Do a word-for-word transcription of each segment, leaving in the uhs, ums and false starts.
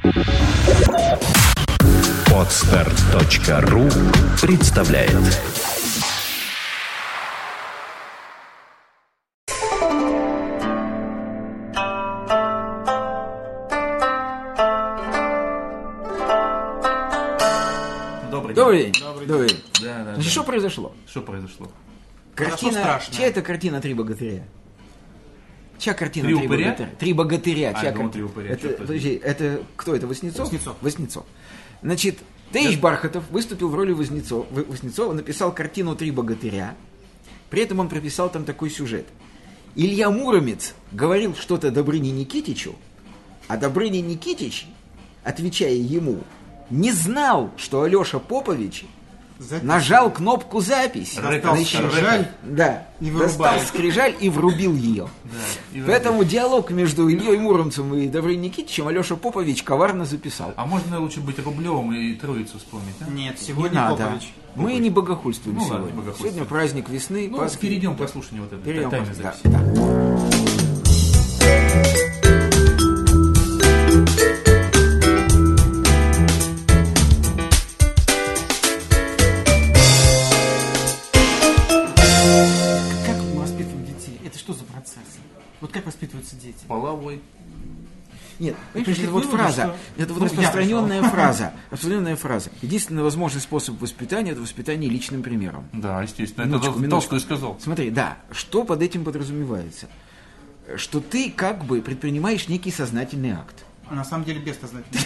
Подстер точка ру представляет. Добрый день. Добрый день. Добрый Добрый день. день. Да, да, Значит, да. что произошло? Что произошло? Картина. страшное. Чья это картина «Три богатыря»? Чья картина «Три «Три упыря»? богатыря»? «Три богатыря». А, Чья я думал, картина? «Три упыря». Это, Чёрт возьми. подожди, это кто это? Воснецов? Воснецов. Воснецов. Значит, Таисий Бархатов выступил в роли Воснецова. Воснецова, написал картину «Три богатыря». При этом он прописал там такой сюжет. Илья Муромец говорил что-то Добрыне Никитичу, а Добрыня Никитич, отвечая ему, не знал, что Алеша Попович Запись. нажал кнопку «Запись». Достал на скрижаль Да, и достал вырубает. скрижаль и врубил ее. Да, и Поэтому диалог между Ильей Муромцем и Добрыней Никитичем Алеша Попович коварно записал. А можно лучше быть Рублевым и Троицу вспомнить, а? Нет, Не сегодня надо. Попович. Мы не богохульствуем Ну ладно, сегодня. богохульствуем. Сегодня праздник весны. Ну, Пасхи. перейдем к прослушанию вот этой Перейдем тайной к- да, записи. да. Как мы воспитываем детей? Это что за процесс? Вот как воспитываются дети? Половой. Нет, понимаешь, пришли это к вот выводу, фраза, что- это вот Ну, я распространенная пришел. фраза, распространенная фраза. Единственный возможный способ воспитания – это воспитание личным примером. Да, естественно. Минуточку, это то, минуточку. что и сказал. Смотри, да, что под этим подразумевается? Что ты как бы предпринимаешь некий сознательный акт. А на самом деле бессознательно.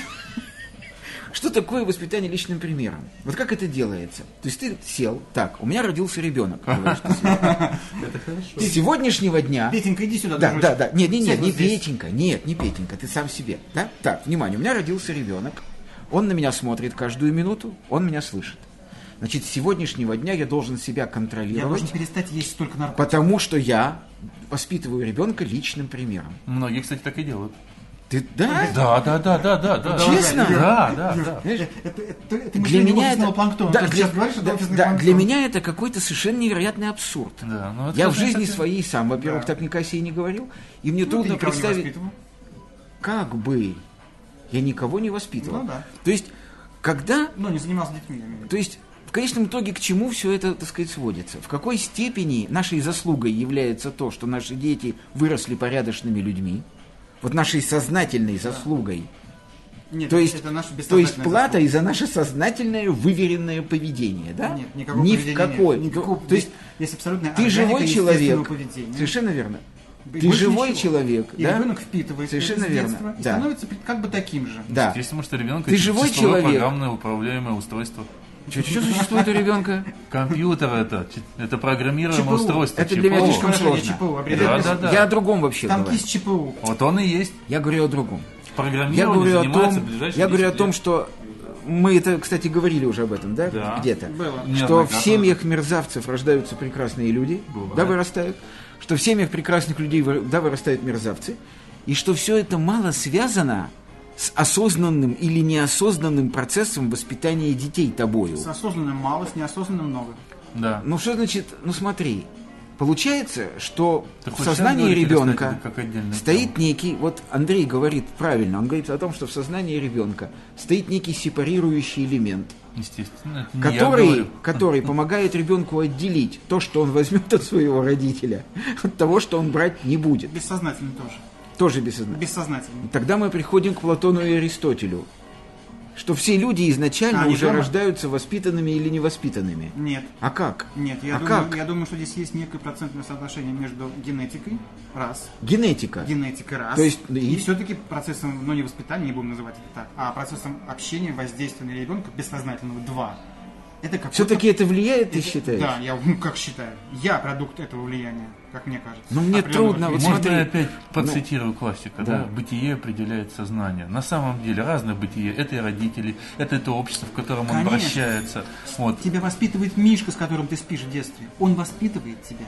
Что такое воспитание личным примером? Вот как это делается? То есть ты сел, так, у меня родился ребенок. говоришь, ты сел. Это хорошо. С сегодняшнего дня... Петенька, иди сюда, Да, дружочек. да, да. Нет, нет, нет, Сядь не вот здесь. Петенька, нет, не Петенька, ты сам себе. Да? Так, внимание, у меня родился ребенок, он на меня смотрит каждую минуту, он меня слышит. Значит, с сегодняшнего дня я должен себя Я контролировать, должен перестать есть столько наркотиков. потому что я воспитываю ребенка личным примером. Многие, кстати, так и делают. Ты, да? Да, да, да, да, да, да. Честно? Да, да, да. Знаешь, Это, это, это для мышление меня офисного это, планктона. да, Ты же для, сейчас говоришь, что да, это офисный да, планктон. для меня это какой-то совершенно невероятный абсурд. Да, ну это Я в тоже, жизни кстати, своей сам, во-первых, Да. так никогда себе не говорил, и мне Ну, ты трудно никого не представить, воспитывал. как бы я никого не воспитывал. Ну да. То есть, когда, Ну, не занимался детьми, я имею в виду. то есть, в конечном итоге, к чему все это, так сказать, сводится? В какой степени нашей заслугой является то, что наши дети выросли порядочными людьми, вот нашей сознательной заслугой, Нет, то есть, это наша то есть бессознательная плата заслуга. и за наше сознательное выверенное поведение, да? Нет, никакого Ни поведения в какой. нет. Никакого- То есть есть абсолютная ты органика живой естественного человек, поведения. совершенно верно. И Ты больше живой ничего. человек, И да? ребенок впитывает Совершенно это с верно, детства и да. становится как бы таким же. Да. Естественно, что ребенок Ты живой человек. программное управляемое устройство. Что существует у ребенка? Компьютер это, ч- это программируемое ЧПУ. устройство. Это для меня ЧПУ. слишком Выражение сложно. ЧПУ, Да, аббревиатура. да, да. Я о другом вообще Там говорю. кисть ЧПУ. Вот он и есть. Я говорю о другом. Я Программированием говорю о занимается том, ближайшие я говорю о десять том, лет. что мы это, кстати, говорили уже об этом, да, Да. где-то, Было. что в Неоднократно. семьях мерзавцев рождаются прекрасные люди, Бывает. да, вырастают, что в семьях прекрасных людей, вы- да, вырастают мерзавцы, и что все это мало связано с осознанным или неосознанным процессом воспитания детей тобою. С осознанным мало, с неосознанным много. Да. Ну что значит, ну смотри, получается, что Ты в хочешь сознании сейчас говорить или ребенка рассказать это как отдельную стоит некий, вот Андрей говорит правильно, он говорит о том, что в сознании ребенка стоит некий сепарирующий элемент, Естественно. это не я который, говорю. который помогает ребенку отделить то, что он возьмет от своего родителя, от того, что он брать не будет. Бессознательный тоже. Тоже бессознательно. Бессознательный. Тогда мы приходим к Платону и Аристотелю, что все люди изначально А, не уже дома? рождаются воспитанными или невоспитанными. Нет. А как? Нет, я, а думаю, как? я думаю, что здесь есть некое процентное соотношение между генетикой, раз, Генетика. генетикой, раз, То есть, и, и- все-таки процессом, ну не воспитания, не будем называть это так, а процессом общения, воздействия на ребенка бессознательного, два. Это какой-то... Все-таки это влияет, ты это- считаешь? Да, я ну, как считаю. Я продукт этого влияния, как мне кажется. Но мне Определенного трудно, вот влияния. Можно смотри, я опять процитирую классика, да. да. Бытие определяет сознание. На самом деле разное бытие. Это и родители, это это общество, в котором он Конечно. вращается. Вот. Тебя воспитывает Мишка, с которым ты спишь в детстве. Он воспитывает тебя.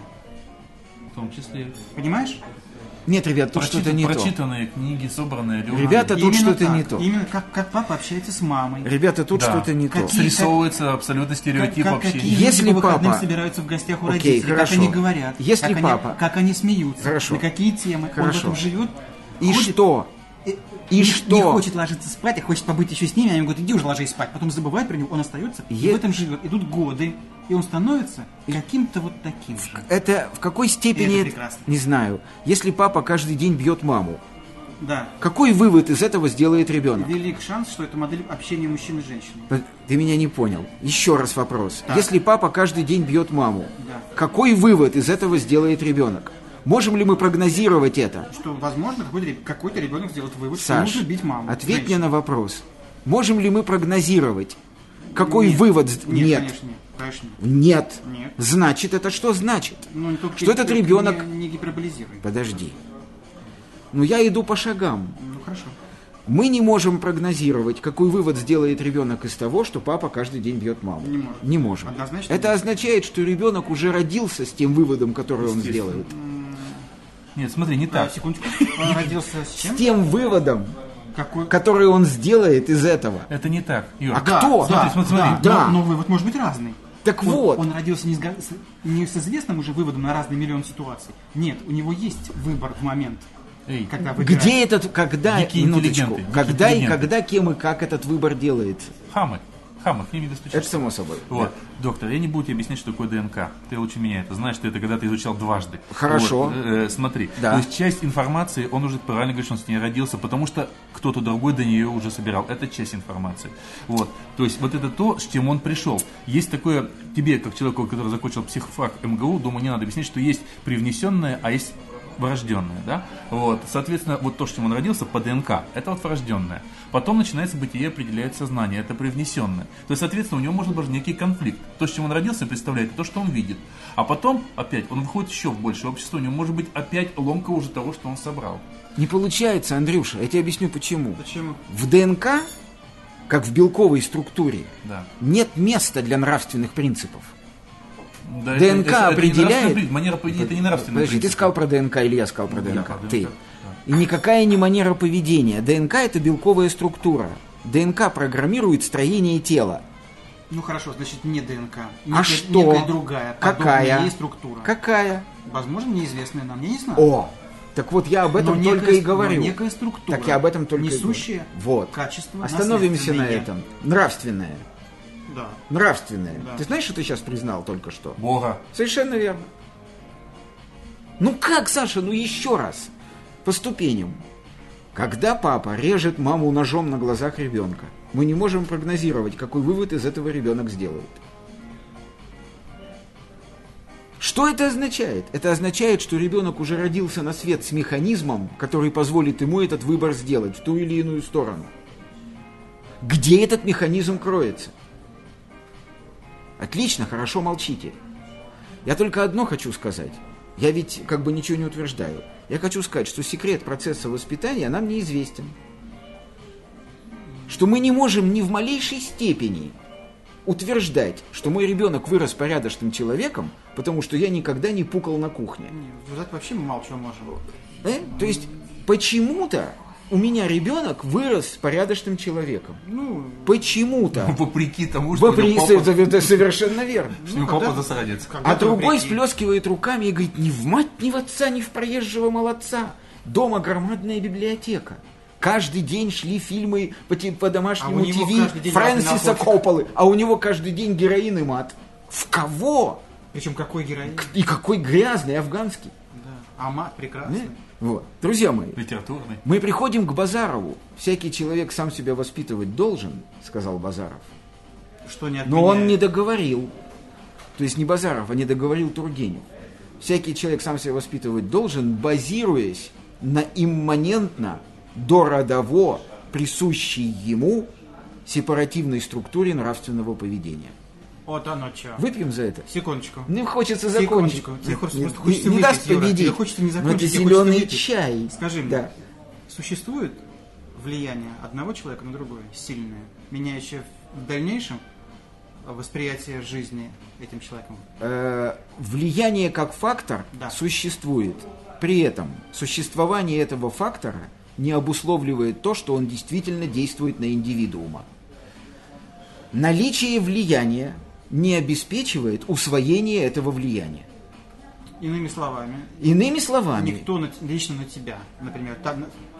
В том числе Понимаешь? Нет, ребят, тут прочитан- что-то не то. прочитанные книги, собранные люди. Ребята, тут Именно что-то так. не то. Именно как, как папа общается с мамой. Ребята, тут Да. что-то не то. Какие- Срисовывается абсолютно стереотип как, общения. какие Если люди по выходным папа- собираются в гостях у Окей, родителей, хорошо. как они говорят, Если как, папа- они, как они смеются, Хорошо. на какие темы Хорошо. он в этом живет. И ходит- что? И, И не, что? Не хочет ложиться спать, а хочет побыть еще с ними, они говорят, иди уже ложись спать. Потом забывает про него, он остается, Е... и в этом живет. Идут годы, и он становится каким-то вот таким же. Это в какой степени... Это прекрасно. Не знаю. Если папа каждый день бьет маму, да. Какой вывод из этого сделает ребенок? Велик шанс, что это модель общения мужчины и женщины. Ты меня не понял. Еще раз вопрос. Так. Если папа каждый день бьет маму, Да. какой вывод из этого сделает ребенок? Можем ли мы прогнозировать это? Что, возможно, какой-то, какой-то ребенок сделает вывод, Саш, что нужно бить маму. ответь женщину. мне на вопрос. Можем ли мы прогнозировать? Какой Нет. вывод? Нет, Нет. конечно, нет. Конечно. Нет. Нет. Значит, это что значит? Ну, только Что этот ребенок... Не, не гиперболизируй. Подожди. Ну, я иду по шагам. Ну, хорошо. Мы не можем прогнозировать, какой вывод сделает ребенок из того, что папа каждый день бьет маму. Не можем. Не можем. Однозначно Это нет. означает, что ребенок уже родился с тем выводом, который он сделает. Нет, смотри, не А, так. секундочку. Он родился с чем? С тем выводом, Какой? который он сделает из этого. Это не так, Юр. А кто? Смотри, смотри, смотри. Да, Да. Но, но вывод может быть разный. Так Он- вот. Он родился не с, га- с- не с известным уже выводом на разный миллион ситуаций. Нет, у него есть выбор в момент, Эй, когда выбирает. Где этот, когда, Дикие минуточку, интеллигенты, дикие когда и интеллигенты. когда, кем и как этот выбор делает? хамы. Хамы, к ним не достучишься. Это само собой. Вот, Да. доктор, я не буду тебе объяснять, что такое ДНК. Ты лучше меня это знаешь, ты это когда-то изучал дважды. Хорошо. Вот, э, смотри, Да. то есть часть информации, он уже правильно говорит, что он с ней родился, потому что кто-то другой до нее уже собирал. Это часть информации. Вот, то есть вот это то, с чем он пришел. Есть такое, тебе, как человеку, который закончил психфак МГУ, думаю, не надо объяснять, что есть привнесенное, а есть врожденное, да? Вот, соответственно, вот то, с чем он родился по ДНК, это вот врожденное. Потом начинается бытие, определяет сознание, это привнесенное. То есть, соответственно, у него может быть некий конфликт. То, с чем он родился, представляет то, что он видит. А потом, опять, он выходит еще в большее общество, у него может быть опять ломка уже того, что он собрал. Не получается, Андрюша, я тебе объясню почему. Почему? В ДНК, как в белковой структуре, Да. нет места для нравственных принципов. Да, ДНК это- это- это не определяет- нравственный принцип, манера поведения, это не нравственный Подожди, принцип. ты сказал про ДНК или я сказал про Я ДНК? про ДНК, Ты. да. И никакая не манера поведения. ДНК – это белковая структура. ДНК программирует строение тела. Ну хорошо, значит не ДНК. А Некая- что? Некая другая, Какая? подобная ей структура. Какая? Возможно, неизвестная нам, я не знаю. О! Так вот я об этом Но только некая- и говорю. но некая структура, Так я об этом только и говорю. несущая Вот. качество Остановимся на наследственное. этом. Нравственное. Да. Нравственное. Да. Ты знаешь, что ты сейчас признал только что? Бога. Совершенно верно. Ну как, Саша, ну еще раз. По ступеням. Когда папа режет маму ножом на глазах ребенка, мы не можем прогнозировать, какой вывод из этого ребенок сделает. Что это означает? Это означает, что ребенок уже родился на свет с механизмом, который позволит ему этот выбор сделать в ту или иную сторону. Где этот механизм кроется? Отлично, хорошо, молчите. Я только одно хочу сказать. Я ведь как бы ничего не утверждаю. Я хочу сказать, что секрет процесса воспитания нам неизвестен. Что мы не можем ни в малейшей степени утверждать, что мой ребенок вырос порядочным человеком, потому что я никогда не пукал на кухне. Не, утверждать вообще мы мало чего можем. Э? То есть почему-то у меня ребенок вырос порядочным человеком. Ну, Почему-то. Вопреки тому, что у Вопреки, него папа, это, это совершенно верно. что у него когда- папа засранец. когда А другой вопреки. всплескивает руками и говорит, ни в мать, ни в отца, ни в проезжего молодца. Дома громадная библиотека. Каждый день шли фильмы по, те- по домашнему А у него ТВ каждый день разный Фрэнсиса наркотик. Копполы, а у него каждый день героин и мат. В кого? Причем какой героин? И какой грязный афганский. Да. А мат прекрасный. Э? Вот. Друзья мои, Литературный. мы приходим к Базарову. Всякий человек сам себя воспитывать должен, сказал Базаров. Что не Но он не отменяет. договорил. То есть не Базаров, а не договорил Тургенев. Всякий человек сам себя воспитывать должен, базируясь на имманентно, дородово присущей ему сепаративной структуре нравственного поведения. Вот оно что. Выпьем за это? Секундочку. Мне хочется закончить. Секундочку. Тебе хочется, Нет, просто хочется не, не выпить, даст Юра. победить. Тебе хочется не Но это закончить, тебе хочется зеленый выпить. чай. Скажи мне, Да. существует влияние одного человека на другое, сильное, меняющее в дальнейшем восприятие жизни этим человеком? Э, влияние как фактор Да. существует. При этом существование этого фактора не обусловливает то, что он действительно действует на индивидуума. Наличие влияния не обеспечивает усвоение этого влияния. Иными словами, Иными словами, никто на- лично на тебя, например, та- на-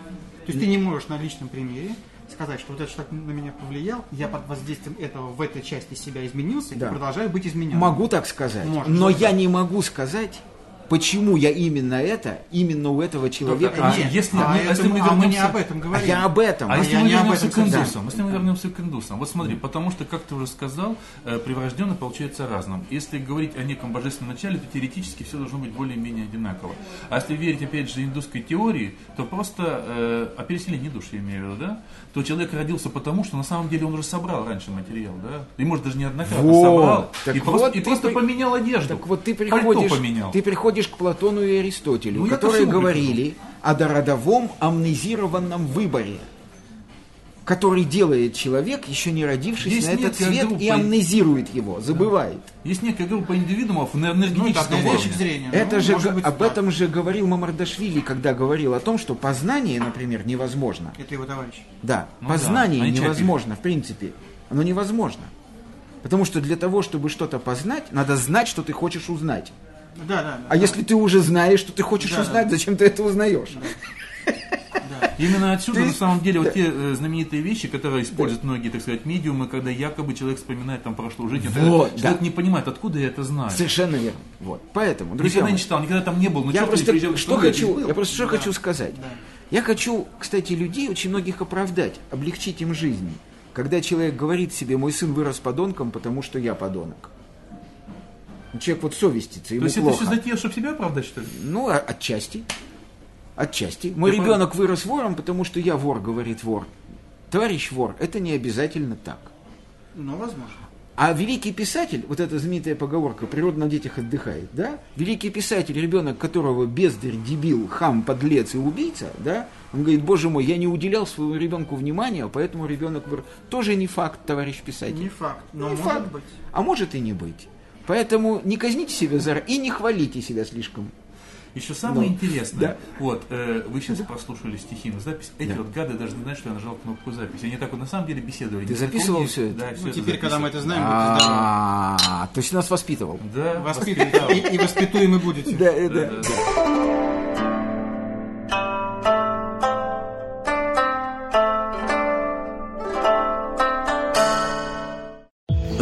То есть ты не можешь на личном примере сказать, что вот этот человек на меня повлиял, я под воздействием этого в этой части себя изменился Да. и продолжаю быть измененным. Могу так сказать, Может, но может. я не могу сказать, почему я именно это, именно у этого человека. а Нет, если а, мы- это если мы а мы не вернемся- об этом А говорим. я об этом. А А если я мы не об вернемся этом к сказал. индусам, если мы вернемся к индусам, вот смотри, потому что, как ты уже сказал, э, прирожденный получается разным. Если говорить о неком божественном начале, то теоретически все должно быть более-менее одинаково. А если верить, опять же, индусской теории, то просто э, о переселении душ, я имею в виду, да, то человек родился потому, что на самом деле он уже собрал раньше материал, да, и может даже неоднократно Вот. собрал, Так и вот просто, и ты просто при- поменял одежду. Так вот ты Пальто приходишь, поменял. ты приходишь к Платону и Аристотелю, Ну, я ко которые всему говорили о дородовом амнезированном выборе, который делает человек, еще не родившись Есть на этот некая свет, и группа- амнезирует его, забывает. Есть некая группа индивидуумов на Ну, это энергетическом одна уровне. точка зрения. Это Ну, же может г- быть, об так. этом же говорил Мамардашвили, когда говорил о том, что познание, например, невозможно. Это его товарищ. Да, Ну познание да, они невозможно, в принципе. Оно невозможно. Потому что для того, чтобы что-то познать, надо знать, что ты хочешь узнать. Да, да. А если ты уже знаешь, что ты хочешь Да, узнать, да. зачем ты это узнаешь? Именно отсюда, Ты- на самом деле, вот те э, знаменитые вещи, которые используют многие, так сказать, медиумы, когда якобы человек вспоминает там прошлую жизнь, Вот, человек да. не понимает, откуда я это знаю. Совершенно верно. Вот. Поэтому, друзья Никогда мои, не читал, никогда там не был, но я чё-то просто приезжал в что Стамбул, хочу, был. я просто что Да. хочу сказать. Да. Я хочу, кстати, людей очень многих оправдать, облегчить им жизнь. Когда человек говорит себе: мой сын вырос подонком, потому что я подонок. Ну, человек вот совестится, То ему есть это плохо. все затея, чтобы себя оправдать, что ли? Ну, а- отчасти. Отчасти. Мой Ты ребенок вырос вором, потому что я вор, говорит вор. Товарищ вор, это не обязательно так. Ну, возможно. А великий писатель, вот эта знаменитая поговорка «природа на детях отдыхает», да? Великий писатель, ребенок которого бездарь, дебил, хам, подлец и убийца, да? Он говорит: боже мой, я не уделял своему ребенку внимания, поэтому ребенок вырос. Тоже не факт, товарищ писатель. Не факт, но Не может факт. быть. А может и не быть. Поэтому не казните себя за и не хвалите себя слишком. Еще самое Ну, интересное, да. вот, э, вы сейчас прослушали стихийную запись, эти Да. вот гады даже не знают, что я нажал кнопку записи. Они так вот на самом деле беседовали. Ты Ни знакомые, записывал всё это? Да, все Ну, это теперь, когда мы это записывал. знаем, будьте здоровы. А, то есть нас воспитывал. Да, Воспитывал. И, и воспитуемы будете. Да, э, да, да.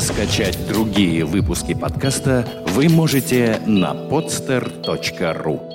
Скачать другие выпуски подкаста вы можете на podster точка ру.